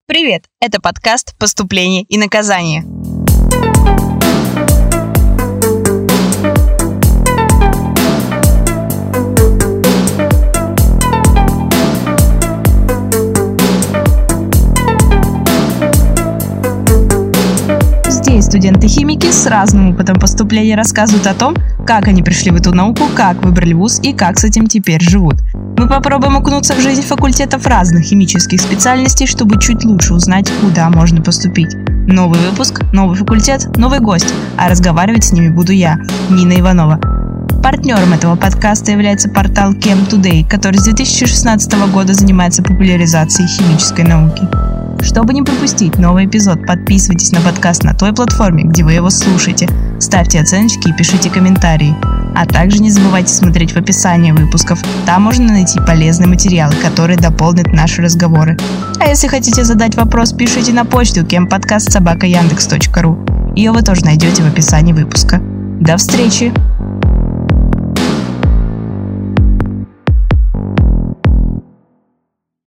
Привет! Это подкаст «Поступление и наказание». Здесь студенты-химики с разным опытом поступления рассказывают о том, как они пришли в эту науку, как выбрали вуз и как с этим теперь живут. Мы попробуем окунуться в жизнь факультетов разных химических специальностей, чтобы чуть лучше узнать, куда можно поступить. Новый выпуск, новый факультет, новый гость, а разговаривать с ними буду я, Нина Иванова. Партнером этого подкаста является портал Chem2Day, который с 2016 года занимается популяризацией химической науки. Чтобы не пропустить новый эпизод, подписывайтесь на подкаст на той платформе, где вы его слушаете, ставьте оценочки и пишите комментарии. А также не забывайте смотреть в описании выпусков, там можно найти полезные материалы, которые дополнят наши разговоры. А если хотите задать вопрос, пишите на почту kempodcast@yandex.ru. Ее вы тоже найдете в описании выпуска. До встречи!